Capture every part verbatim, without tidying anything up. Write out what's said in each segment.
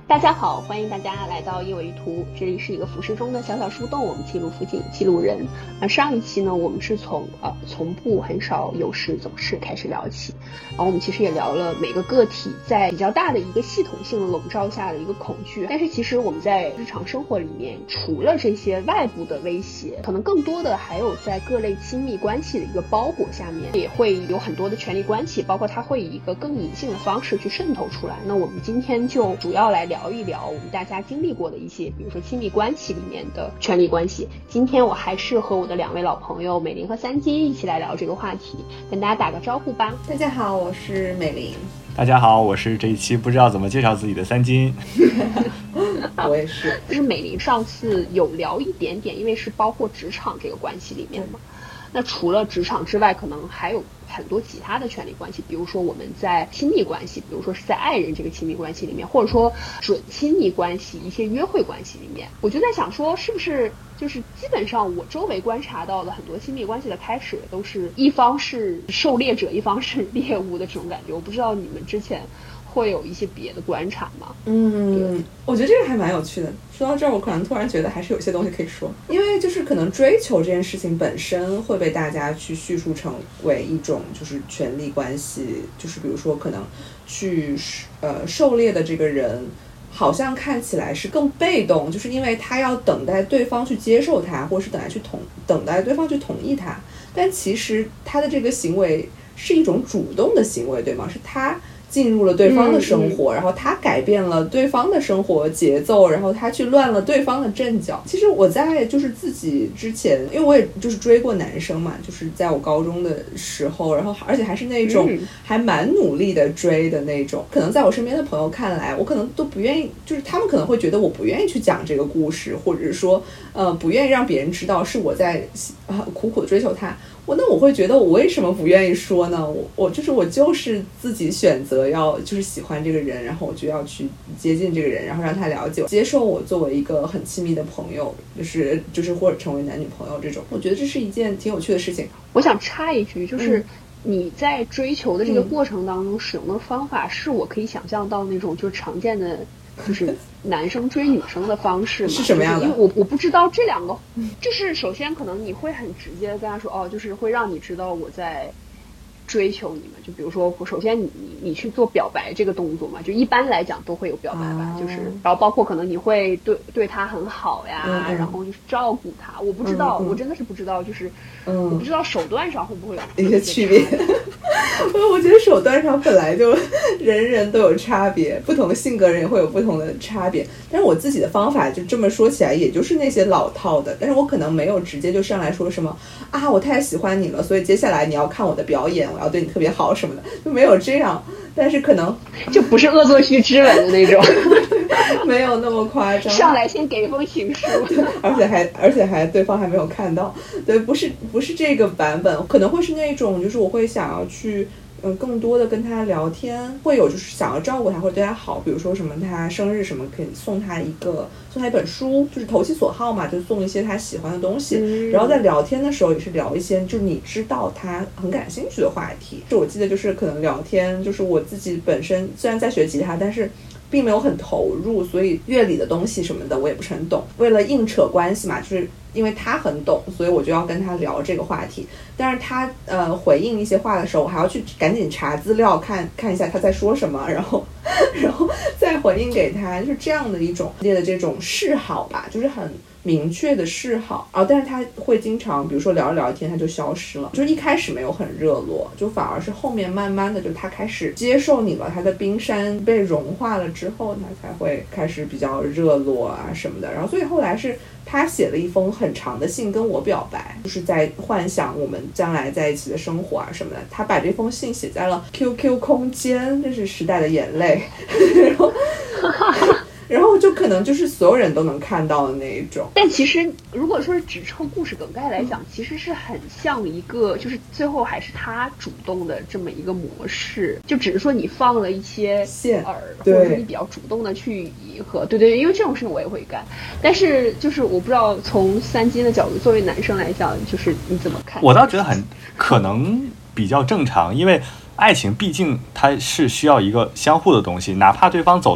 大家好，欢迎大家来到一尾一图，这里是一个浮世中的小小树洞，我们记录附近，记录人。而上一期呢，我们是从呃从不很少有事总是开始聊起，然后我们其实也聊了每个个体在比较大的一个系统性的笼罩下的一个恐惧。但是其实我们在日常生活里面，除了这些外部的威胁，可能更多的还有在各类亲密关系的一个包裹下面，也会有很多的权力关系，包括它会以一个更隐性的方式去渗透出来。那我们今天就主要来聊一聊我们大家经历过的一些，比如说亲密关系里面的权力关系。今天我还是和我的两位老朋友美玲和三金一起来聊这个话题，跟大家打个招呼吧。 大家好，我是美玲。 大家好，我是这一期不知道怎么介绍自己的三金。 我也是。 就是美玲上次有聊一点点，因为是包括职场这个关系里面嘛。那除了职场之外，可能还有很多其他的权力关系，比如说我们在亲密关系，比如说是在爱人这个亲密关系里面，或者说准亲密关系、一些约会关系里面，我就在想说，是不是就是基本上我周围观察到的很多亲密关系的开始，都是一方是狩猎者，一方是猎物的这种感觉。我不知道你们之前会有一些别的观察吗？ 嗯，我觉得这个还蛮有趣的。说到这儿，我可能突然觉得还是有些东西可以说，因为就是可能追求这件事情本身会被大家去叙述成为一种就是权力关系，就是比如说可能去呃狩猎的这个人好像看起来是更被动，就是因为他要等待对方去接受他，或是等待去同等待对方去同意他，但其实他的这个行为是一种主动的行为，对吗？是他进入了对方的生活、嗯嗯、然后他改变了对方的生活节奏，然后他去乱了对方的阵脚。其实我在就是自己之前，因为我也就是追过男生嘛，就是在我高中的时候，然后而且还是那种还蛮努力的追的那种、嗯、可能在我身边的朋友看来，我可能都不愿意，就是他们可能会觉得我不愿意去讲这个故事，或者是说呃不愿意让别人知道是我在、呃、苦苦的追求他。我那我会觉得我为什么不愿意说呢？我我就是我就是自己选择要就是喜欢这个人，然后我就要去接近这个人，然后让他了解我，接受我作为一个很亲密的朋友，就是就是或者成为男女朋友这种。我觉得这是一件挺有趣的事情。 我想插一句，就是你在追求的这个过程当中使用的方法，是我可以想象到那种就是常见的就是男生追女生的方式是什么样的？ 因为我我不知道这两个，就是首先可能你会很直接的跟他说，哦，就是会让你知道我在追求你们。就比如说，首先你你你去做表白这个动作嘛，就一般来讲都会有表白吧，啊、就是然后包括可能你会对对他很好呀、嗯嗯，然后就是照顾他。我不知道，嗯嗯、我真的是不知道，就是、嗯、我不知道手段上会不会有一些区别。我觉得手段上本来就人人都有差别，不同的性格人也会有不同的差别。但是我自己的方法就这么说起来，也就是那些老套的，但是我可能没有直接就上来说什么啊，我太喜欢你了，所以接下来你要看我的表演，我要对你特别好什么的，就没有这样。但是可能就不是恶作剧之吻的那种， 没有那么夸张。 上来先给一封情书， 而且还而且还对方还没有看到，对，不是不是这个版本，可能会是那种就是我会想要去。嗯，更多的跟他聊天，会有就是想要照顾他或者对他好，比如说什么他生日什么可以送他一个送他一本书，就是投其所好嘛，就送一些他喜欢的东西、嗯、然后在聊天的时候也是聊一些就是你知道他很感兴趣的话题。就我记得就是可能聊天，就是我自己本身虽然在学吉他，但是并没有很投入，所以乐理的东西什么的我也不是很懂，为了硬扯关系嘛，就是因为他很懂，所以我就要跟他聊这个话题。但是他呃回应一些话的时候，我还要去赶紧查资料看看一下他在说什么，然后然后再回应给他，就是这样的一种列的这种示好吧，就是很明确的示好啊。但是他会经常比如说聊着聊天他就消失了，就是一开始没有很热络，就反而是后面慢慢的就他开始接受你了，他的冰山被融化了之后他才会开始比较热络啊什么的。然后所以后来是他写了一封很长的信跟我表白，就是在幻想我们将来在一起的生活啊什么的。他把这封信写在了 Q Q 空间，这是时代的眼泪然后然后就可能就是所有人都能看到的那一种。 但其实如果说是只抽故事梗概来讲、嗯、其实是很像一个就是最后还是他主动的这么一个模式，就只是说你放了一些线饵，或者是你比较主动的去迎合。对对，因为这种事情我也会干。但是就是我不知道从三金的角度作为男生来讲，就是你怎么看？ 我倒觉得很可能比较正常，因为爱情毕竟它是需要一个相互的东西，哪怕对方走了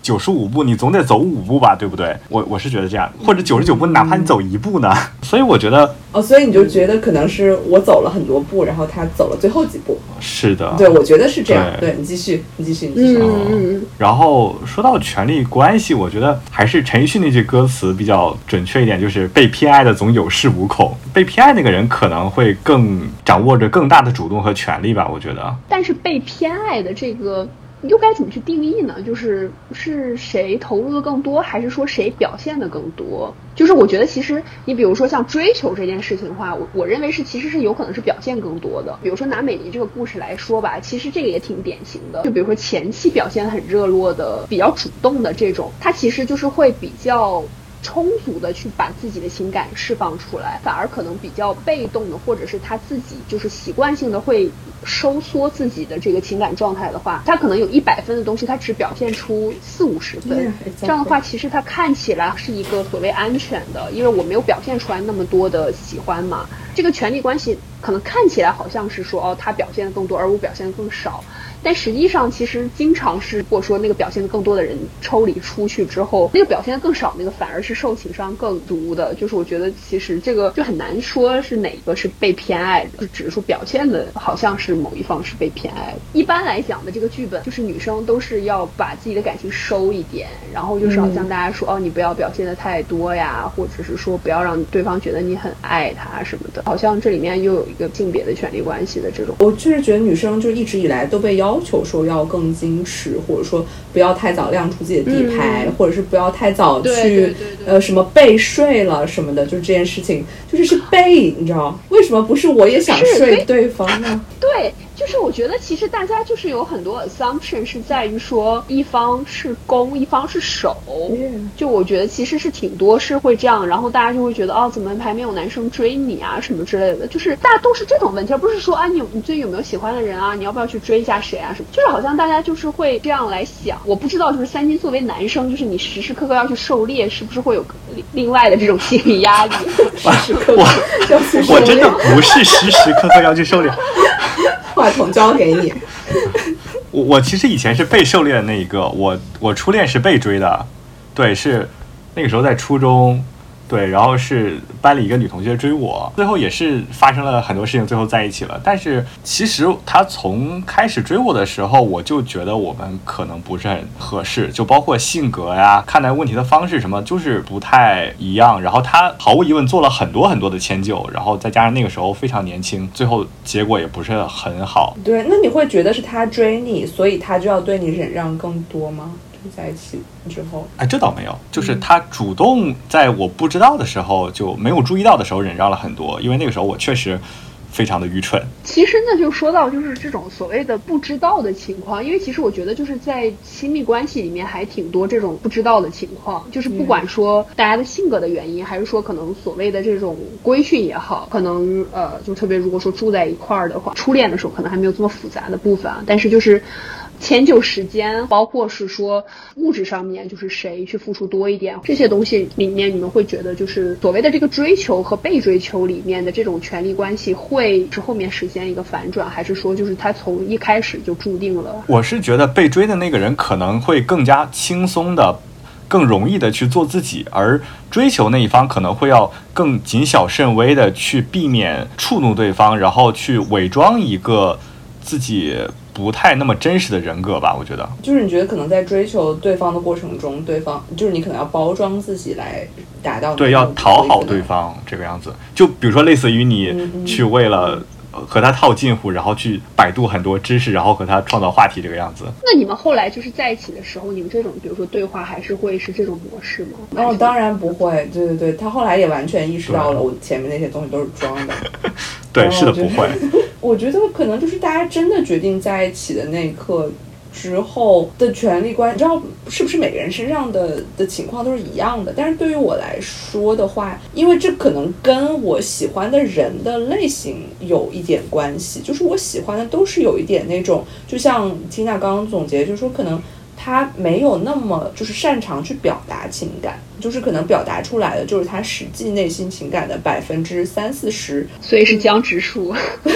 九十五步你总得走五步吧，对不对？我我是觉得这样，或者九十九步哪怕你走一步呢？所以我觉得哦，所以你就觉得可能是我走了很多步，然后他走了最后几步。 是的， 对，我觉得是这样。对, 对你继续，你继续，你继续。 嗯嗯。 然后说到权力关系，我觉得还是陈奕迅那句歌词比较准确一点，就是被偏爱的总有恃无恐。被偏爱那个人可能会更掌握着更大的主动和权力吧，我觉得。 但是被偏爱的这个又该怎么去定义呢？就是是谁投入的更多，还是说谁表现的更多？就是我觉得其实你比如说像追求这件事情的话，我我认为是其实是有可能是表现更多的。比如说拿美妮这个故事来说吧，其实这个也挺典型的。就比如说前期表现很热络的、比较主动的这种，他其实就是会比较充足的去把自己的情感释放出来，反而可能比较被动的，或者是他自己就是习惯性的会收缩自己的这个情感状态的话，他可能有一百分的东西，他只表现出四五十分。Yeah, exactly. 这样的话，其实他看起来是一个所谓安全的，因为我没有表现出来那么多的喜欢嘛。这个权力关系可能看起来好像是说哦，他表现的更多，而我表现的更少。但实际上其实经常是，或者说那个表现的更多的人抽离出去之后，那个表现的更少那个反而是受情伤更足的。就是我觉得其实这个就很难说是哪个是被偏爱的，就只是说表现的好像是某一方是被偏爱的。一般来讲的这个剧本就是女生都是要把自己的感情收一点，然后就是好像大家说、嗯、哦你不要表现的太多呀，或者是说不要让对方觉得你很爱他什么的，好像这里面又有一个性别的权利关系的这种。 我确实觉得女生就一直以来都被要求说要更矜持，或者说不要太早亮出自己的底牌、嗯、或者是不要太早去对对对对呃什么被睡了什么的，就这件事情就是是被，你知道为什么不是我也想睡对方呢？ 对，就是我觉得其实大家就是有很多 assumption 是在于说一方是攻一方是守、yeah. 就我觉得其实是挺多是会这样，然后大家就会觉得哦怎么还没有男生追你啊什么之类的，就是大家都是这种问题，而不是说啊你你最近有没有喜欢的人啊，你要不要去追一下谁啊什么，就是好像大家就是会这样来想。我不知道就是三金作为男生，就是你时时刻刻要去狩猎，是不是会有另外的这种心理压力？时时刻刻要去狩猎，我真的不是时时刻刻要去狩猎。 话筒交给你。 我我其实以前是被狩猎的那一个，我我初恋是被追的，对，是那个时候在初中，对，然后是班里一个女同学追我，最后也是发生了很多事情，最后在一起了。但是其实她从开始追我的时候，我就觉得我们可能不是很合适，就包括性格呀、看待问题的方式什么，就是不太一样。然后她毫无疑问做了很多很多的迁就，然后再加上那个时候非常年轻，最后结果也不是很好。 对，那你会觉得是她追你，所以她就要对你忍让更多吗？在一起之后， 哎，这倒没有，就是他主动在我不知道的时候，就没有注意到的时候忍让了很多，因为那个时候我确实非常的愚蠢。 其实呢，就说到就是这种所谓的不知道的情况，因为其实我觉得就是在亲密关系里面还挺多这种不知道的情况，就是不管说大家的性格的原因，还是说可能所谓的这种规训也好，可能呃，就特别如果说住在一块儿的话，初恋的时候可能还没有这么复杂的部分啊，但是就是迁就时间，包括是说物质上面，就是谁去付出多一点，这些东西里面，你们会觉得就是所谓的这个追求和被追求里面的这种权力关系，会是后面实现一个反转，还是说就是他从一开始就注定了？ 我是觉得被追的那个人可能会更加轻松的、更容易的去做自己，而追求那一方可能会要更谨小慎微的去避免触怒对方，然后去伪装一个自己不太那么真实的人格吧。我觉得就是你觉得可能在追求对方的过程中，对方就是你可能要包装自己来达到， 对，要讨好对方这个样子。就比如说类似于你去为了和他套近乎，然后去百度很多知识，然后和他创造话题这个样子。 那你们后来就是在一起的时候，你们这种比如说对话还是会是这种模式吗？ 哦，当然不会。对对对，他后来也完全意识到了我前面那些东西都是装的。 对，是的，不会。 我觉得可能就是大家真的决定在一起的那一刻之后的权力关系，你知道是不是每个人身上的的情况都是一样的？但是对于我来说的话，因为这可能跟我喜欢的人的类型有一点关系，就是我喜欢的都是有一点那种，就像缇娜刚刚总结，就是说可能他没有那么就是擅长去表达情感，就是可能表达出来的就是他实际内心情感的百分之三四十， 所以是江直树。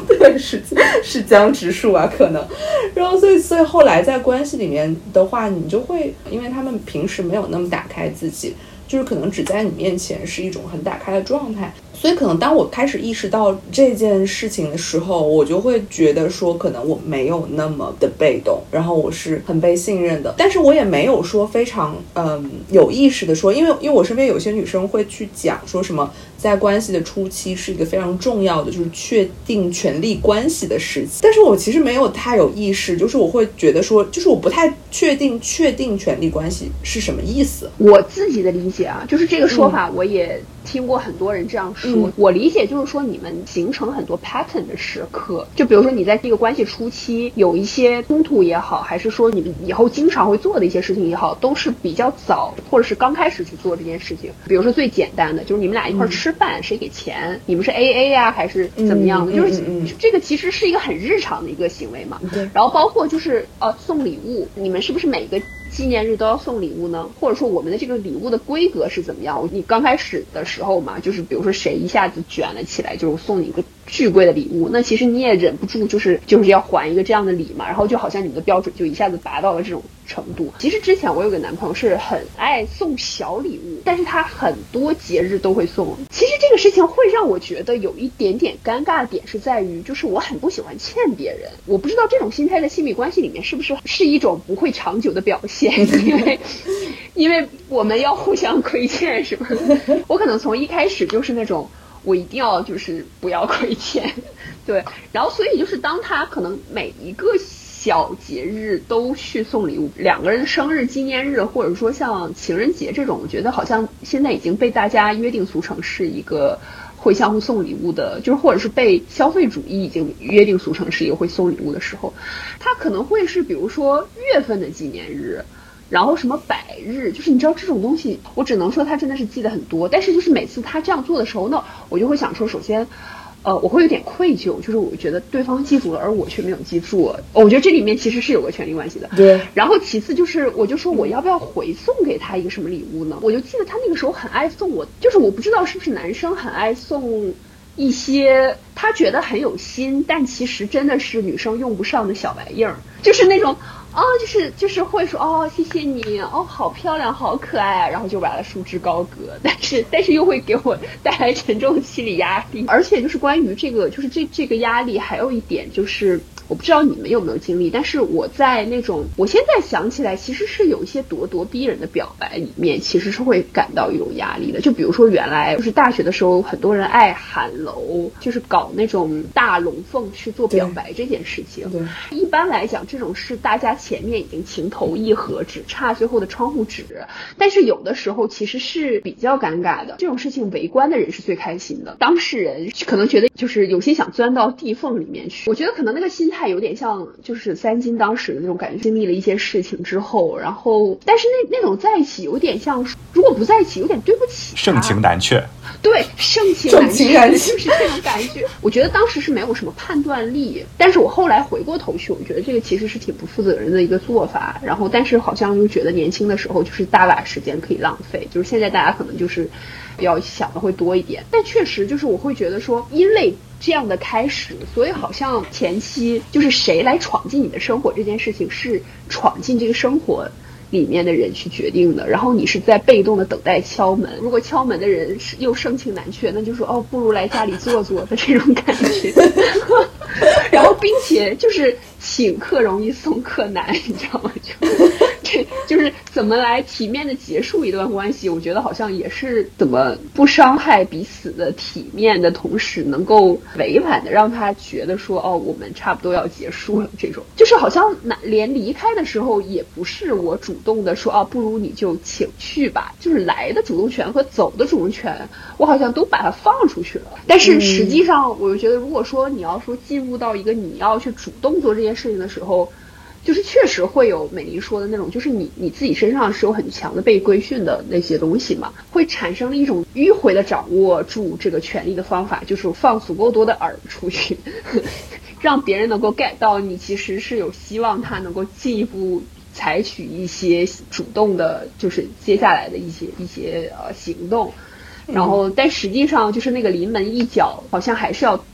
对，是是江直树啊，可能。然后所以所以后来在关系里面的话，你就会因为他们平时没有那么打开自己，就是可能只在你面前是一种很打开的状态，所以可能当我开始意识到这件事情的时候，我就会觉得说可能我没有那么的被动，然后我是很被信任的，但是我也没有说非常嗯有意识的说，因为因为我身边有些女生会去讲说什么在关系的初期是一个非常重要的就是确定权力关系的时期，但是我其实没有太有意识，就是我会觉得说就是我不太确定确定权力关系是什么意思。 我自己的理解啊，就是这个说法我也听过很多人这样说、嗯、我理解就是说你们形成很多 pattern 的时刻，就比如说你在这个关系初期有一些冲突也好，还是说你们以后经常会做的一些事情也好，都是比较早或者是刚开始去做这件事情。比如说最简单的就是你们俩一块吃饭、嗯、谁给钱，你们是 A A 呀、啊、还是怎么样的、嗯、就是、嗯嗯、这个其实是一个很日常的一个行为嘛。对，然后包括就是呃送礼物，你们是不是每个纪念日都要送礼物呢？或者说我们的这个礼物的规格是怎么样？你刚开始的时候嘛，就是比如说谁一下子卷了起来，就是送你一个巨贵的礼物，那其实你也忍不住就是就是要还一个这样的礼嘛，然后就好像你们的标准就一下子达到了这种程度。其实之前我有个男朋友是很爱送小礼物，但是他很多节日都会送。其实这个事情会让我觉得有一点点尴尬的点是在于，就是我很不喜欢欠别人。我不知道这种心态在亲密关系里面是不是是一种不会长久的表现，因为因为我们要互相亏欠，是吧？我可能从一开始就是那种我一定要就是不要亏欠，对，然后所以就是当他可能每一个小节日都去送礼物，两个人生日纪念日或者说像情人节这种，我觉得好像现在已经被大家约定俗成是一个会相互送礼物的，就是或者是被消费主义已经约定俗成是一个会送礼物的时候，他可能会是比如说月份的纪念日，然后什么百日，就是你知道这种东西，我只能说他真的是记得很多，但是就是每次他这样做的时候呢，我就会想说，首先呃，我会有点愧疚，就是我觉得对方记住了，而我却没有记住。我觉得这里面其实是有个权力关系的。 对。 然后其次就是，我就说我要不要回送给他一个什么礼物呢？我就记得他那个时候很爱送我，就是我不知道是不是男生很爱送一些他觉得很有心，但其实真的是女生用不上的小玩意儿，就是那种。哦，就是就是会说哦，谢谢你哦，好漂亮，好可爱啊，然后就把它束之高阁，但是但是又会给我带来沉重的心理压力，而且就是关于这个，就是这这个压力还有一点就是。我不知道你们有没有经历，但是我在那种我现在想起来其实是有一些咄咄逼人的表白里面其实是会感到一种压力的。就比如说原来就是大学的时候很多人爱喊楼，就是搞那种大龙凤去做表白这件事情。对，一般来讲这种事大家前面已经情投意合，只差最后的窗户纸，但是有的时候其实是比较尴尬的。这种事情围观的人是最开心的，当事人可能觉得就是有些想钻到地缝里面去。我觉得可能那个心态有点像就是三金当时的那种感觉，经历了一些事情之后，然后但是那那种在一起有点像，如果不在一起有点对不起他， 盛情难却。 对，盛情难却就是这种感觉。我觉得当时是没有什么判断力，但是我后来回过头去，我觉得这个其实是挺不负责任的一个做法。然后但是好像又觉得年轻的时候就是大把时间可以浪费，就是现在大家可能就是比较想的会多一点。但确实就是我会觉得说，因为这样的开始，所以好像前期就是谁来闯进你的生活这件事情是闯进这个生活里面的人去决定的，然后你是在被动的等待敲门。如果敲门的人是又盛情难却，那就说哦，不如来家里坐坐的这种感觉。然后并且就是请客容易送客难，你知道吗？就这就是怎么来体面的结束一段关系，我觉得好像也是怎么不伤害彼此的体面的同时，能够委婉的让他觉得说哦，我们差不多要结束了。这种就是好像连离开的时候也不是我主动的说哦，不如你就请去吧，就是来的主动权和走的主动权，我好像都把它放出去了。但是实际上，我就觉得如果说你要说进入到一个你要去主动做这件事情的时候，就是确实会有美丽说的那种，就是你你自己身上是有很强的被规训的那些东西嘛，会产生一种迂回的掌握住这个权利的方法，就是放足够多的饵出去，让别人能够 get 到你其实是有希望他能够进一步采取一些主动的，就是接下来的一些一些呃行动。然后但实际上就是那个临门一脚好像还是要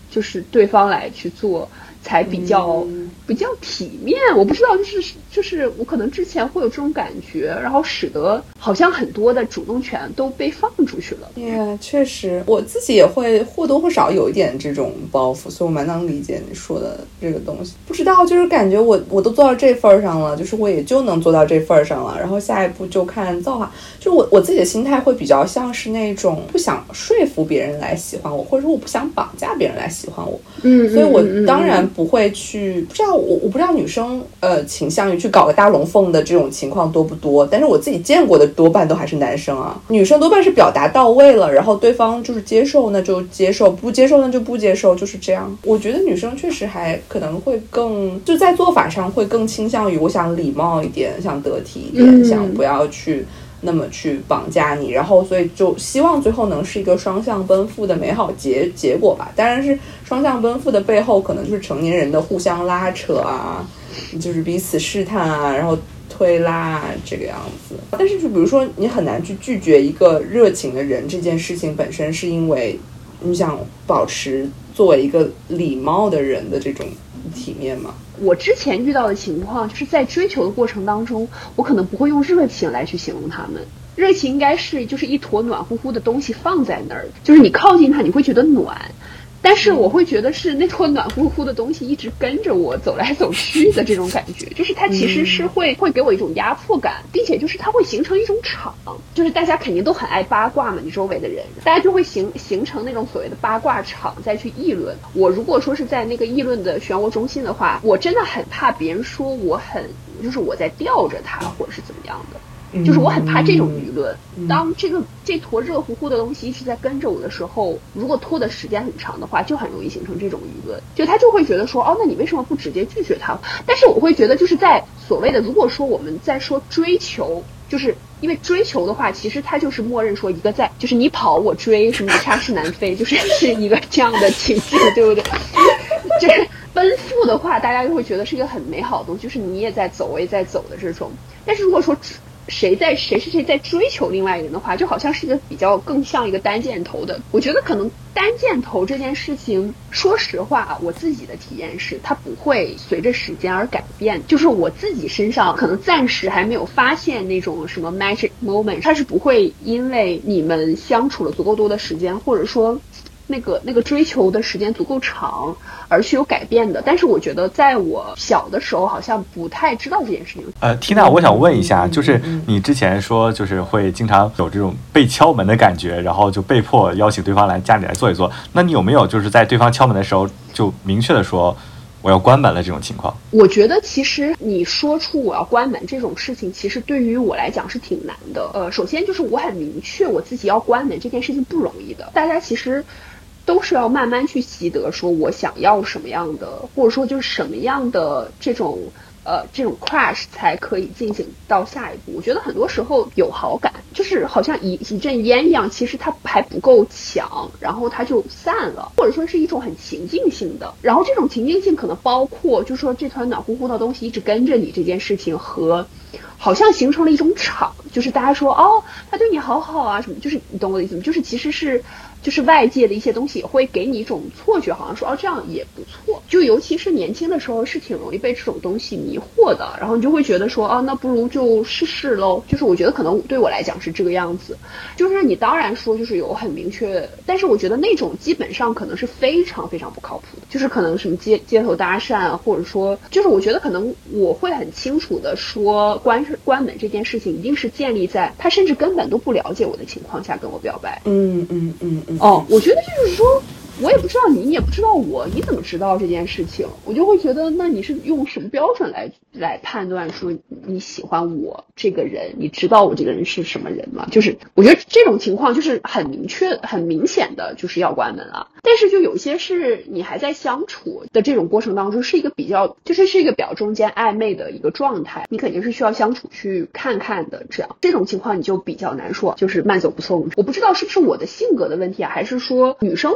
就是对方来去做才比较、嗯、比较体面。我不知道，就是就是我可能之前会有这种感觉，然后使得好像很多的主动权都被放出去了。 也确实，我自己也会或多或少有一点这种包袱，所以我蛮能理解你说的这个东西。不知道，就是感觉我我都做到这份上了，就是我也就能做到这份上了，然后下一步就看造化。就我我自己的心态会比较像是那种不想说服别人来喜欢我，或者说我不想绑架别人来喜欢我。 嗯， 所以我当然不会去，不知道我我不知道女生呃倾向于去搞个大龙凤的这种情况多不多，但是我自己见过的多半都还是男生啊，女生多半是表达到位了，然后对方就是接受那就接受，不接受那就不接受，就是这样。我觉得女生确实还可能会更就在做法上会更倾向于我想礼貌一点，想得体一点、嗯、想不要去那么去绑架你，然后所以就希望最后能是一个双向奔赴的美好结结果吧。当然是双向奔赴的背后可能就是成年人的互相拉扯啊，就是彼此试探啊，然后推拉啊这个样子。但是就比如说你很难去拒绝一个热情的人，这件事情本身是因为你想保持作为一个礼貌的人的这种体面吗？ 我之前遇到的情况就是在追求的过程当中，我可能不会用热情来去形容他们。热情应该是就是一坨暖乎乎的东西放在那儿，就是你靠近它你会觉得暖，但是我会觉得是那坨暖乎乎的东西一直跟着我走来走去的这种感觉，就是它其实是会会给我一种压迫感，并且就是它会形成一种场，就是大家肯定都很爱八卦嘛，你周围的人大家就会形形成那种所谓的八卦场再去议论。我如果说是在那个议论的漩涡中心的话，我真的很怕别人说我很就是我在吊着他或者是怎么样的，就是我很怕这种舆论。当这个这坨热乎乎的东西一直在跟着我的时候，如果拖的时间很长的话，就很容易形成这种舆论，就他就会觉得说，哦，那你为什么不直接拒绝他？但是我会觉得就是在所谓的，如果说我们在说追求，就是因为追求的话，其实它就是默认说一个在，就是你跑我追，什么你插翅难飞，就是是一个这样的情境，对不对？就是奔赴的话，大家就会觉得是一个很美好的东西，就是你也在走，我也在走的这种。但是如果说谁在谁是谁在追求另外一个人的话，就好像是一个比较更像一个单箭头的。我觉得可能单箭头这件事情，说实话我自己的体验是它不会随着时间而改变，就是我自己身上可能暂时还没有发现那种什么 magic moment， 它是不会因为你们相处了足够多的时间，或者说那个那个追求的时间足够长而去有改变的。但是我觉得在我小的时候好像不太知道这件事情。 呃 Tina 我想问一下，就是你之前说就是会经常有这种被敲门的感觉，然后就被迫邀请对方来家里来坐一坐，那你有没有就是在对方敲门的时候就明确的说我要关门了这种情况？ 我觉得其实你说出我要关门这种事情，其实对于我来讲是挺难的。呃，首先就是我很明确我自己要关门这件事情不容易的，大家其实都是要慢慢去习得说我想要什么样的，或者说就是什么样的这种呃这种 crash 才可以进行到下一步。我觉得很多时候有好感就是好像一一阵烟一样，其实它还不够强，然后它就散了，或者说是一种很情境性的。然后这种情境性可能包括就是说这团暖乎乎的东西一直跟着你这件事情，和好像形成了一种场，就是大家说哦他对你好好啊什么，就是你懂我的意思吗？就是其实是就是外界的一些东西也会给你一种错觉，好像说哦这样也不错。就尤其是年轻的时候是挺容易被这种东西迷惑的，然后你就会觉得说啊那不如就试试喽。就是我觉得可能对我来讲是这个样子，就是你当然说就是有很明确，但是我觉得那种基本上可能是非常非常不靠谱的，就是可能什么街街头搭讪，或者说就是我觉得可能我会很清楚的说关关门这件事情一定是建立在他甚至根本都不了解我的情况下跟我表白。 嗯嗯嗯嗯。 哦，我觉得就是说我也不知道你，你也不知道我，你怎么知道这件事情？我就会觉得那你是用什么标准来来判断说你喜欢我这个人，你知道我这个人是什么人吗？就是我觉得这种情况就是很明确很明显的就是要关门了。但是就有些是你还在相处的这种过程当中是一个比较就是是一个比较中间暧昧的一个状态，你肯定是需要相处去看看的，这样这种情况你就比较难说就是慢走不送。我不知道是不是我的性格的问题啊，还是说女生比较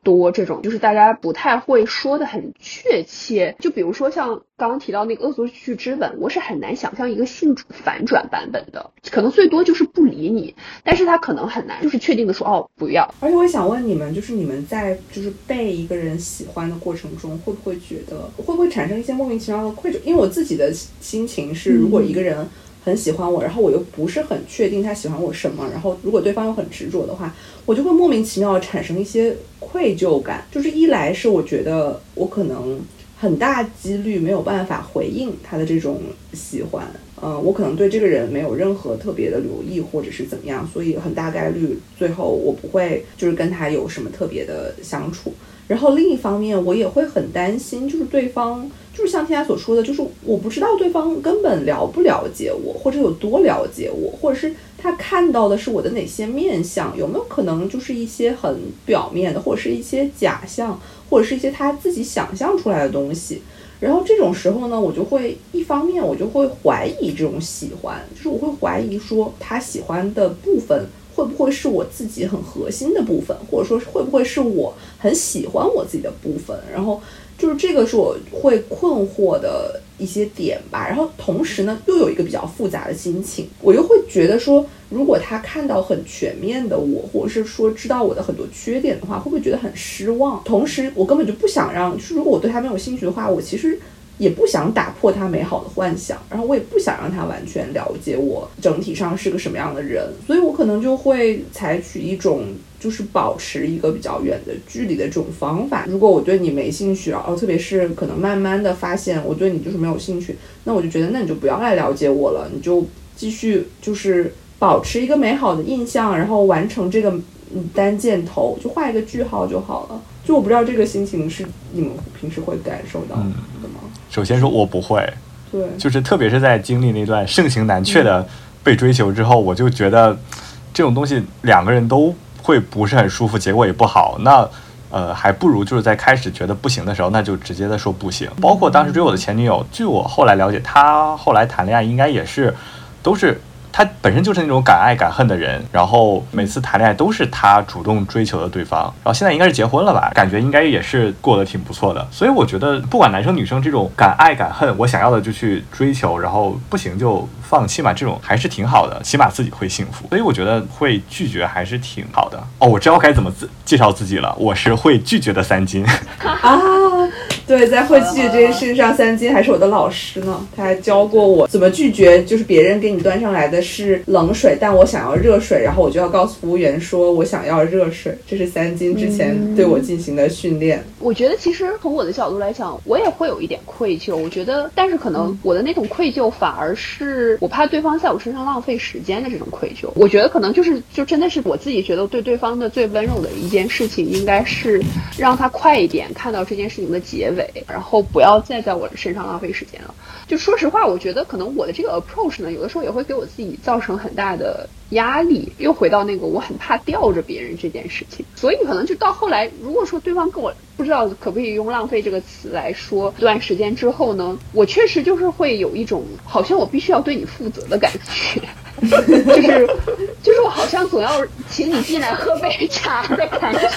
多这种就是大家不太会说的很确切，就比如说像刚刚提到那个恶作剧之吻，我是很难想象一个性主反转版本的，可能最多就是不理你，但是他可能很难就是确定的说哦不要。 而且我想问你们，就是你们在就是被一个人喜欢的过程中，会不会觉得会不会产生一些莫名其妙的愧疚？因为我自己的心情是，如果一个人很喜欢我，然后我又不是很确定他喜欢我什么，然后如果对方又很执着的话，我就会莫名其妙的产生一些愧疚感。就是一来是我觉得我可能很大几率没有办法回应他的这种喜欢，呃，我可能对这个人没有任何特别的留意或者是怎么样，所以很大概率最后我不会就是跟他有什么特别的相处。然后另一方面我也会很担心，就是对方就是像天涯所说的，就是我不知道对方根本了不了解我，或者有多了解我，或者是他看到的是我的哪些面相，有没有可能就是一些很表面的，或者是一些假象，或者是一些他自己想象出来的东西。然后这种时候呢，我就会一方面我就会怀疑这种喜欢，就是我会怀疑说他喜欢的部分会不会是我自己很核心的部分，或者说会不会是我很喜欢我自己的部分。然后就是这个是我会困惑的一些点吧。然后同时呢又有一个比较复杂的心情，我又会觉得说如果他看到很全面的我，或者是说知道我的很多缺点的话，会不会觉得很失望。同时我根本就不想让，就是如果我对他没有兴趣的话，我其实也不想打破他美好的幻想，然后我也不想让他完全了解我整体上是个什么样的人，所以我可能就会采取一种就是保持一个比较远的距离的这种方法。如果我对你没兴趣，然后特别是可能慢慢的发现我对你就是没有兴趣，那我就觉得那你就不要来了解我了，你就继续就是保持一个美好的印象，然后完成这个单箭头，就画一个句号就好了。就我不知道这个心情是你们平时会感受到的吗？嗯， 首先说我不会， 对， 就是特别是在经历那段盛情难却的被追求之后，嗯，我就觉得这种东西两个人都会不是很舒服，结果也不好。那呃，还不如就是在开始觉得不行的时候，那就直接的说不行。包括当时追我的前女友，据我后来了解，她后来谈恋爱应该也是都是。他本身就是那种敢爱敢恨的人，然后每次谈恋爱都是他主动追求的对方，然后现在应该是结婚了吧，感觉应该也是过得挺不错的。所以我觉得不管男生女生，这种敢爱敢恨，我想要的就去追求，然后不行就放弃嘛，这种还是挺好的，起码自己会幸福。所以我觉得会拒绝还是挺好的。哦，我知道该怎么自介绍自己了，我是会拒绝的三金啊。对，在会拒绝这件事情上，三金还是我的老师呢，他还教过我怎么拒绝，就是别人给你端上来的是冷水，但我想要热水，然后我就要告诉服务员说我想要热水，这是三金之前对我进行的训练。嗯， 我觉得其实从我的角度来讲，我也会有一点愧疚，我觉得，但是可能我的那种愧疚反而是我怕对方在我身上浪费时间的这种愧疚。我觉得可能就是就真的是我自己觉得对对方的最温柔的一件事情，应该是让他快一点看到这件事情的结尾，然后不要再在我身上浪费时间了。就说实话，我觉得可能我的这个 approach 呢，有的时候也会给我自己造成很大的压力，又回到那个我很怕吊着别人这件事情。所以可能就到后来，如果说对方跟我不知道可不可以用浪费这个词来说，一段时间之后呢，我确实就是会有一种好像我必须要对你负责的感觉就是就是我好像总要请你进来喝杯茶的感觉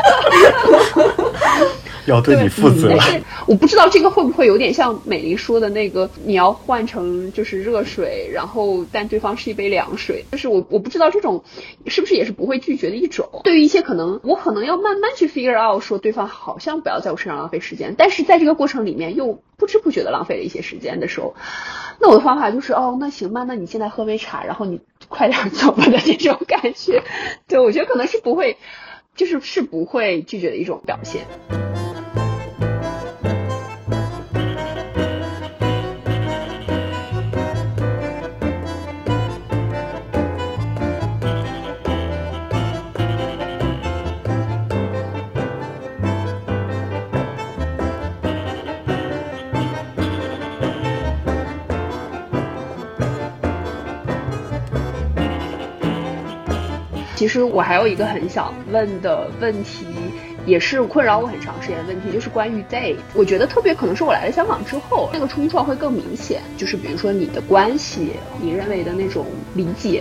要对你负责。 但是我不知道这个会不会有点像美玲说的那个，你要换成就是热水，然后但对方是一杯凉水，就是我我不知道这种是不是也是不会拒绝的一种。对于一些可能我可能要慢慢去 figure out 说对方好像不要在我身上浪费时间，但是在这个过程里面又不知不觉的浪费了一些时间的时候，那我的方法就是哦那行吧，那你现在喝杯茶，然后你快点走吧的这种感觉。对，我觉得可能是不会就是是不会拒绝的一种表现。其实我还有一个很想问的问题，也是困扰我很长时间的问题，就是关于 date。我觉得特别可能是我来了香港之后，那个冲撞会更明显。就是比如说你的关系，你认为的那种理解，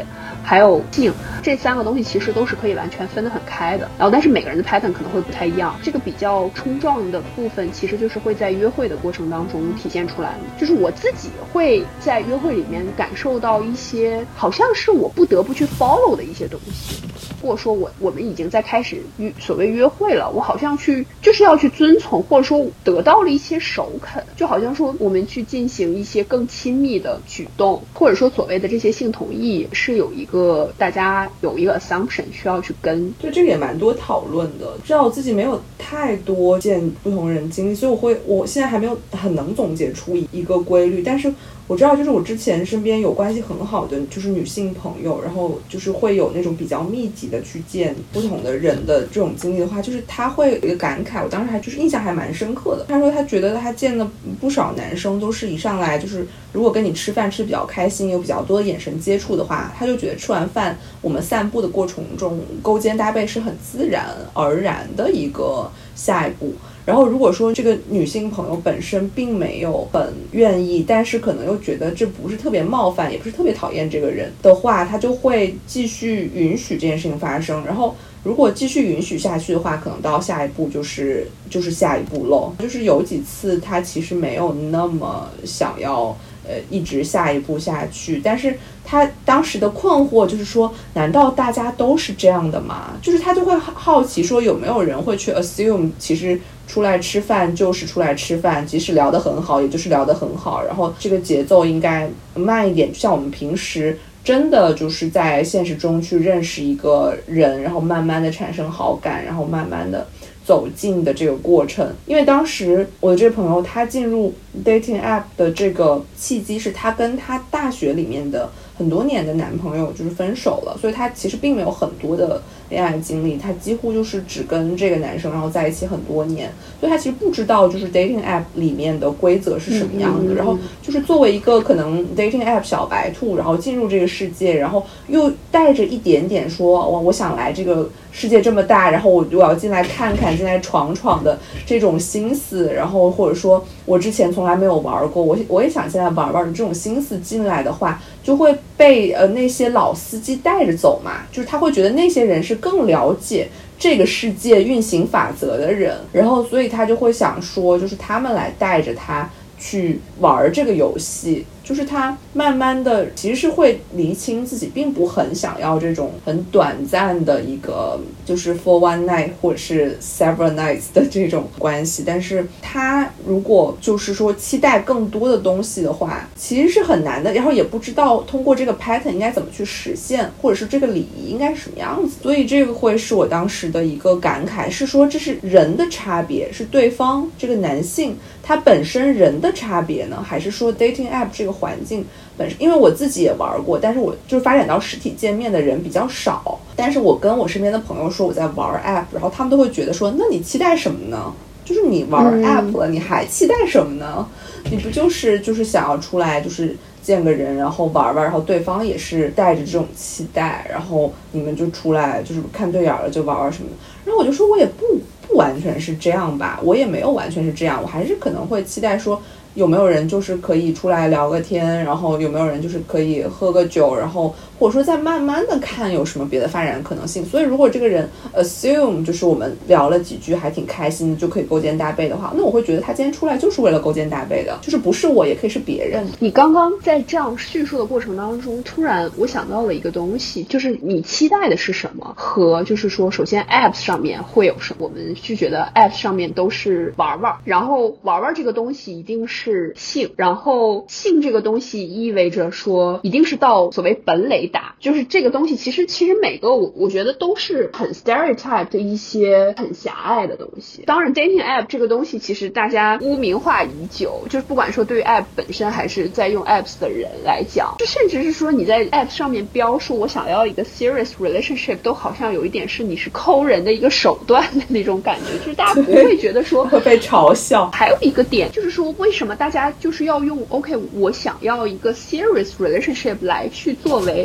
还有性，这三个东西其实都是可以完全分得很开的。然后但是每个人的 pattern 可能会不太一样，这个比较冲撞的部分其实就是会在约会的过程当中体现出来的。就是我自己会在约会里面感受到一些好像是我不得不去 follow 的一些东西，或者说我我们已经在开始约所谓约会了，我好像去就是要去遵从，或者说得到了一些首肯，就好像说我们去进行一些更亲密的举动，或者说所谓的这些性同意是有一个大家有一个 assumption 需要去跟。 对，这个也蛮多讨论的。知道我自己没有太多见不同人经历，所以我会我现在还没有很能总结出一个规律，但是我知道就是我之前身边有关系很好的就是女性朋友，然后就是会有那种比较密集的去见不同的人的这种经历的话，就是她会有一个感慨，我当时还就是印象还蛮深刻的。她说她觉得她见了不少男生都是一上来就是如果跟你吃饭吃比较开心，有比较多的眼神接触的话，她就觉得吃完饭我们散步的过程中勾肩搭背是很自然而然的一个下一步。然后如果说这个女性朋友本身并没有很愿意，但是可能又觉得这不是特别冒犯，也不是特别讨厌这个人的话，她就会继续允许这件事情发生。然后如果继续允许下去的话，可能到下一步就是就是下一步喽。就是有几次她其实没有那么想要呃一直下一步下去，但是他当时的困惑就是说，难道大家都是这样的吗？就是他就会好奇说，有没有人会去 assume 其实出来吃饭就是出来吃饭，即使聊得很好也就是聊得很好，然后这个节奏应该慢一点，就像我们平时真的就是在现实中去认识一个人，然后慢慢的产生好感，然后慢慢的走近的这个过程。因为当时我的这个朋友他进入 dating app 的这个契机是他跟他大学里面的很多年的男朋友就是分手了，所以他其实并没有很多的恋爱经历，他几乎就是只跟这个男生然后在一起很多年，所以他其实不知道就是 dating app 里面的规则是什么样的、嗯、然后就是作为一个可能 dating app 小白兔，然后进入这个世界，然后又带着一点点说我我想来这个世界这么大，然后我我要进来看看进来闯闯的这种心思，然后或者说我之前从来没有玩过，我我也想现在玩玩的这种心思进来的话，就会被呃那些老司机带着走嘛，就是他会觉得那些人是更了解这个世界运行法则的人，然后所以他就会想说就是他们来带着他去玩这个游戏，就是他慢慢的其实是会厘清自己并不很想要这种很短暂的一个就是 for one night 或者是 several nights 的这种关系，但是他如果就是说期待更多的东西的话其实是很难的，然后也不知道通过这个 pattern 应该怎么去实现，或者是这个礼仪应该是什么样子。所以这个会是我当时的一个感慨，是说这是人的差别，是对方这个男性他本身人的差别呢，还是说 dating app 这个环境本身？因为我自己也玩过，但是我就是发展到实体见面的人比较少，但是我跟我身边的朋友说我在玩 app， 然后他们都会觉得说那你期待什么呢？就是你玩 app 了、嗯、你还期待什么呢？你不就是就是想要出来就是见个人然后玩玩，然后对方也是带着这种期待，然后你们就出来就是看对眼了就玩玩什么的。然后我就说我也不不完全是这样吧，我也没有完全是这样，我还是可能会期待说有没有人就是可以出来聊个天，然后有没有人就是可以喝个酒，然后或者说再慢慢的看有什么别的发展可能性。所以如果这个人 assume 就是我们聊了几句还挺开心的就可以勾肩搭背的话，那我会觉得他今天出来就是为了勾肩搭背的，就是不是我也可以是别人。 你刚刚在这样叙述的过程当中，突然我想到了一个东西，就是你期待的是什么，和就是说首先 apps 上面会有什么。我们是觉得 apps 上面都是玩玩，然后玩玩这个东西一定是性，然后性这个东西意味着说一定是到所谓本垒打，就是这个东西其实其实每个我我觉得都是很 stereotype 的一些很狭隘的东西。当然 dating app 这个东西其实大家污名化已久，就是不管说对于 app 本身还是在用 apps 的人来讲，就甚至是说你在 app 上面标说我想要一个 serious relationship 都好像有一点是你是抠人的一个手段的那种感觉，就是大家不会觉得说会被嘲笑。 还有一个点就是说为什么大家就是要用 OK 我想要一个 serious relationship 来去作为我玩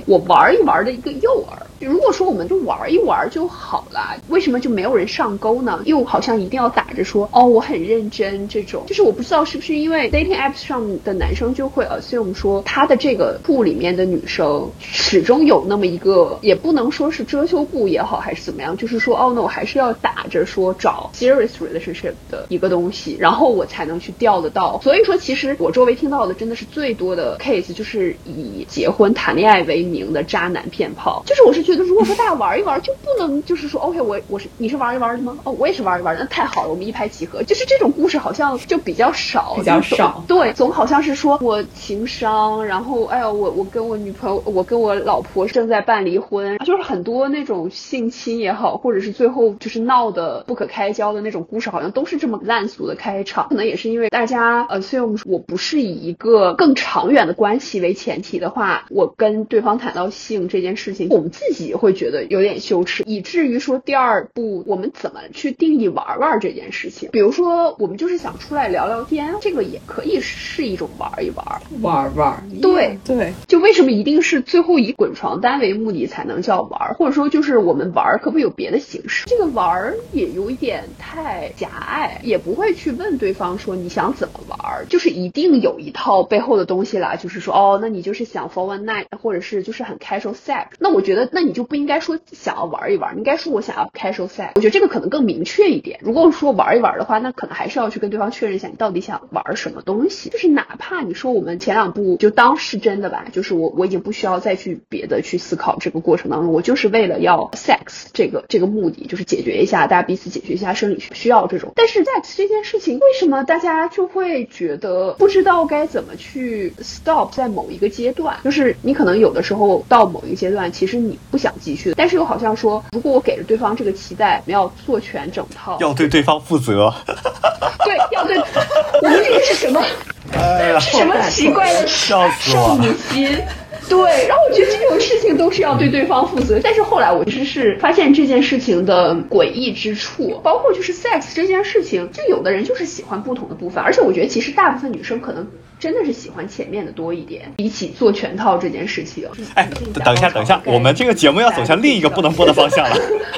玩一玩的一个诱饵。如果说我们就玩一玩就好了，为什么就没有人上钩呢？又好像一定要打着说哦我很认真这种，就是我不知道是不是因为 dating apps 上的男生就会 assume 说他的这个铺里面的女生始终有那么一个，也不能说是遮羞布也好还是怎么样，就是说哦那我还是要打着说找 serious relationship 的一个东西，然后我才能去钓得到。所以说其实我周围听到的真的是最多的 case 就是以结婚谈恋爱为名的渣男骗炮。就是我是觉得如果说大家玩一玩就不能就是说 OK 我我是你是玩一玩的吗？哦我也是玩一玩的，那太好了，我们一拍即合。就是这种故事好像就比较少比较少， 对，总好像是说我情伤，然后哎呀我我跟我女朋友我跟我老婆正在办离婚，就是很多那种性侵也好，或者是最后就是闹得不可开交的那种故事，好像都是这么烂俗的开场。可能也是因为大家呃，所以我们我不是以一个更长远的关系为前提的话，我跟对方谈到性这件事情，我们自己会觉得有点羞耻，以至于说第二步我们怎么去定义玩玩这件事情。比如说我们就是想出来聊聊天，这个也可以是一种玩一玩玩玩。 对对， 就为什么一定是最后以滚床单为目的才能叫玩，或者说就是我们玩可不可以有别的形式？这个玩也有一点太狭隘，也不会去问对方说你想怎么玩，就是一定有一套背后的东西啦，就是说哦那你就是想 for one night 或者是就是很 casual sex， 那我觉得那你就不应该说想要玩一玩，你应该说我想要 casual sex， 我觉得这个可能更明确一点。如果说玩一玩的话，那可能还是要去跟对方确认一下你到底想玩什么东西。就是哪怕你说我们前两步就当是真的吧，就是我我已经不需要再去别的去思考这个过程当中，我就是为了要 sex 这个这个目的，就是解决一下大家彼此解决一下生理需要这种。但是 sex 这件事情为什么大家就会觉得不知道该怎么去 stop 在某一个阶段，就是你可能有的时候到某一个阶段其实你不想继续，但是又好像说如果我给了对方这个期待，我们要做全整套， 要对对方负责。 对，要对我们这个是什么哎呀， 什么奇怪的笑死少我女心。对，然后我觉得这种事情都是要对对方负责，但是后来我其实是发现这件事情的诡异之处，包括就是 sex 这件事情，就有的人就是喜欢不同的部分，而且我觉得其实大部分女生可能真的是喜欢前面的多一点，比起做全套这件事情。 哎，等一下，等一下，我们这个节目要走向另一个不能播的方向了。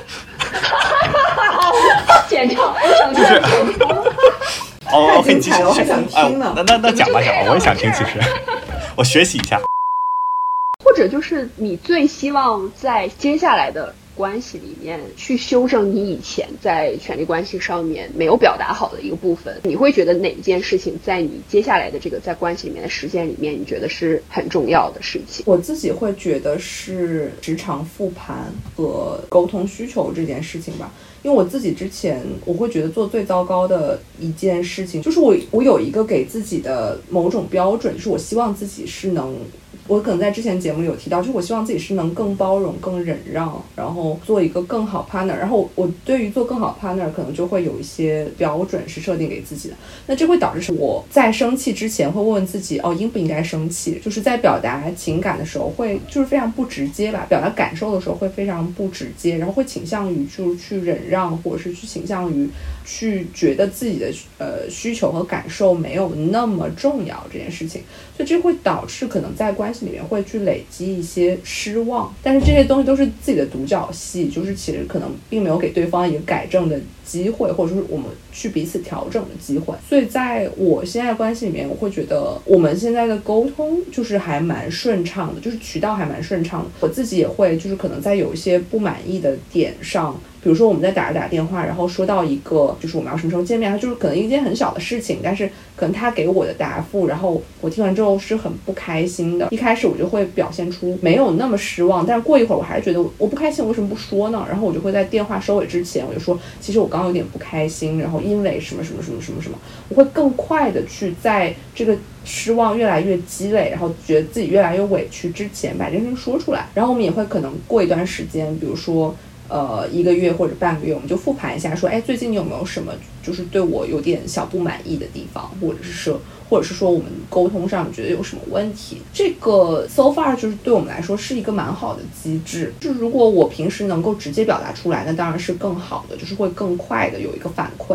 剪掉， 就是哦，很继续， 我还想听呢。 那那那讲吧讲吧，我也想听，其实我学习一下。 或者就是你最希望在接下来的关系里面去修正你以前在权力关系上面没有表达好的一个部分，你会觉得哪一件事情在你接下来的这个在关系里面的实践里面你觉得是很重要的事情？ 我自己会觉得是职场复盘和沟通需求这件事情吧。因为我自己之前我会觉得做最糟糕的一件事情就是我我有一个给自己的某种标准，就是我希望自己是能，我可能在之前节目里有提到，就是我希望自己是能更包容更忍让，然后做一个更好 partner， 然后我对于做更好 partner 可能就会有一些标准是设定给自己的，那这会导致是我在生气之前会问问自己哦应不应该生气，就是在表达情感的时候会就是非常不直接吧，表达感受的时候会非常不直接，然后会倾向于就是去忍让，或者是去倾向于去觉得自己的呃需求和感受没有那么重要这件事情，所以这会导致可能在关系里面会去累积一些失望，但是这些东西都是自己的独角戏，就是其实可能并没有给对方一个改正的机会，或者说是我们去彼此调整的机会。所以在我现在的关系里面，我会觉得我们现在的沟通就是还蛮顺畅的，就是渠道还蛮顺畅的。我自己也会就是可能在有一些不满意的点上，比如说我们在打着打电话，然后说到一个就是我们要什么时候见面，就是可能一件很小的事情，但是可能他给我的答复，然后我听完之后是很不开心的。一开始我就会表现出没有那么失望，但是过一会儿我还是觉得我不开心，我为什么不说呢？然后我就会在电话收尾之前我就说其实我刚刚有点不开心，然后因为什么什么什么什么什么，我会更快的去在这个失望越来越积累，然后觉得自己越来越委屈之前把这件事情说出来。然后我们也会可能过一段时间，比如说呃一个月或者半个月，我们就复盘一下说，哎，最近你有没有什么就是对我有点小不满意的地方，或者是说或者是说我们沟通上觉得有什么问题。这个 so far 就是对我们来说是一个蛮好的机制，就是如果我平时能够直接表达出来，那当然是更好的，就是会更快的有一个反馈。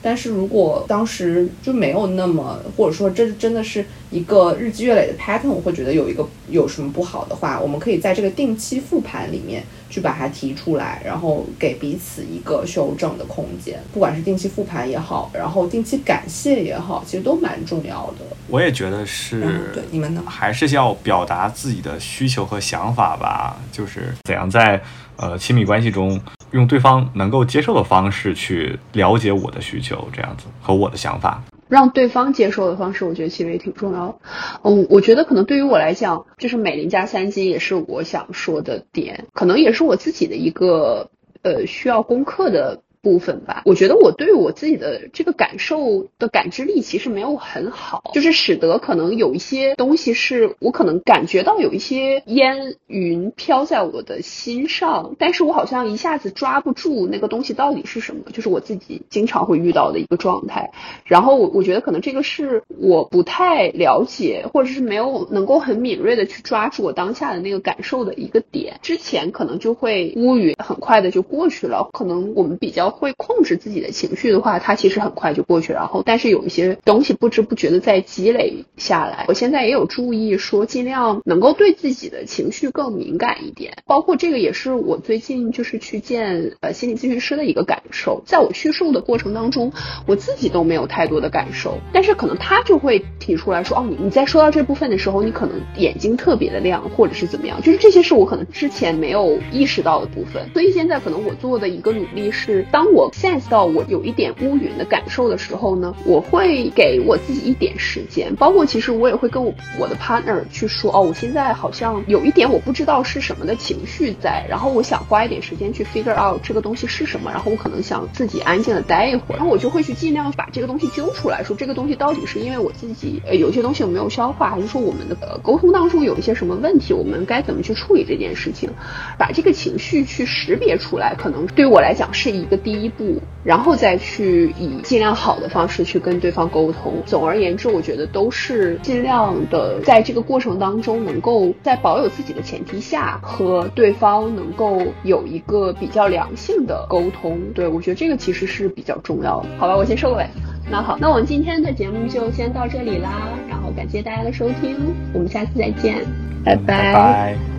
但是如果当时就没有那么，或者说这真的是一个日积月累的 pattern， 我会觉得有一个有什么不好的话，我们可以在这个定期复盘里面去把它提出来，然后给彼此一个修正的空间，不管是定期复盘也好，然后定期感谢也好，其实都蛮重要的。 我也觉得是、 嗯、对，你们呢？ 还是要表达自己的需求和想法吧，就是怎样在呃亲密关系中用对方能够接受的方式去了解我的需求，这样子和我的想法。 让对方接受的方式，我觉得其实也挺重要的。嗯，我觉得可能对于我来讲，就是美零加三金也是我想说的点，可能也是我自己的一个呃需要攻克的部分吧。我觉得我对我自己的这个感受的感知力其实没有很好，就是使得可能有一些东西是我可能感觉到有一些烟云飘在我的心上，但是我好像一下子抓不住那个东西到底是什么，就是我自己经常会遇到的一个状态。然后我我觉得可能这个是我不太了解，或者是没有能够很敏锐的去抓住我当下的那个感受的一个点。之前可能就会乌云很快的就过去了，可能我们比较会控制自己的情绪的话，它其实很快就过去，然后但是有一些东西不知不觉的在积累下来。我现在也有注意说尽量能够对自己的情绪更敏感一点，包括这个也是我最近就是去见呃心理咨询师的一个感受。在我叙述的过程当中，我自己都没有太多的感受，但是可能他就会提出来说，哦，你你在说到这部分的时候，你可能眼睛特别的亮，或者是怎么样，就是这些是我可能之前没有意识到的部分。所以现在可能我做的一个努力是，当我 sense 到我有一点乌云的感受的时候呢，我会给我自己一点时间，包括其实我也会跟我我的 partner 去说，哦，我现在好像有一点我不知道是什么的情绪在，然后我想花一点时间去 figure out 这个东西是什么，然后我可能想自己安静的待一会儿，然后我就会去尽量把这个东西揪出来，说这个东西到底是因为我自己呃有些东西我没有消化，还是说我们的、呃、沟通当中有一些什么问题，我们该怎么去处理这件事情，把这个情绪去识别出来，可能对于我来讲是一个第一步，然后再去以尽量好的方式去跟对方沟通。总而言之，我觉得都是尽量的在这个过程当中能够在保有自己的前提下和对方能够有一个比较良性的沟通。对，我觉得这个其实是比较重要的。好吧，我先收尾。那好，那我们今天的节目就先到这里啦，然后感谢大家的收听，我们下次再见，拜拜。 拜拜。